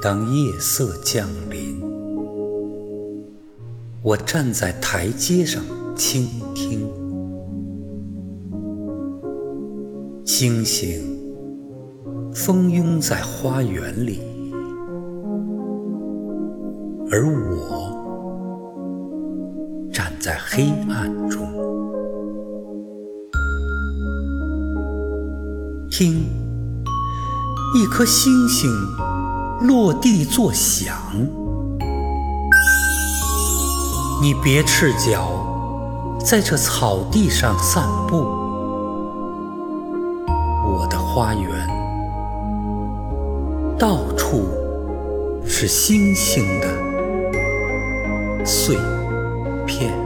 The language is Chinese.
当夜色降临，我站在台阶上倾听，星星蜂拥在花园里，而我站在黑暗中，听一颗星星落地作响。你别赤脚在这草地上散步，我的花园到处是星星的碎片。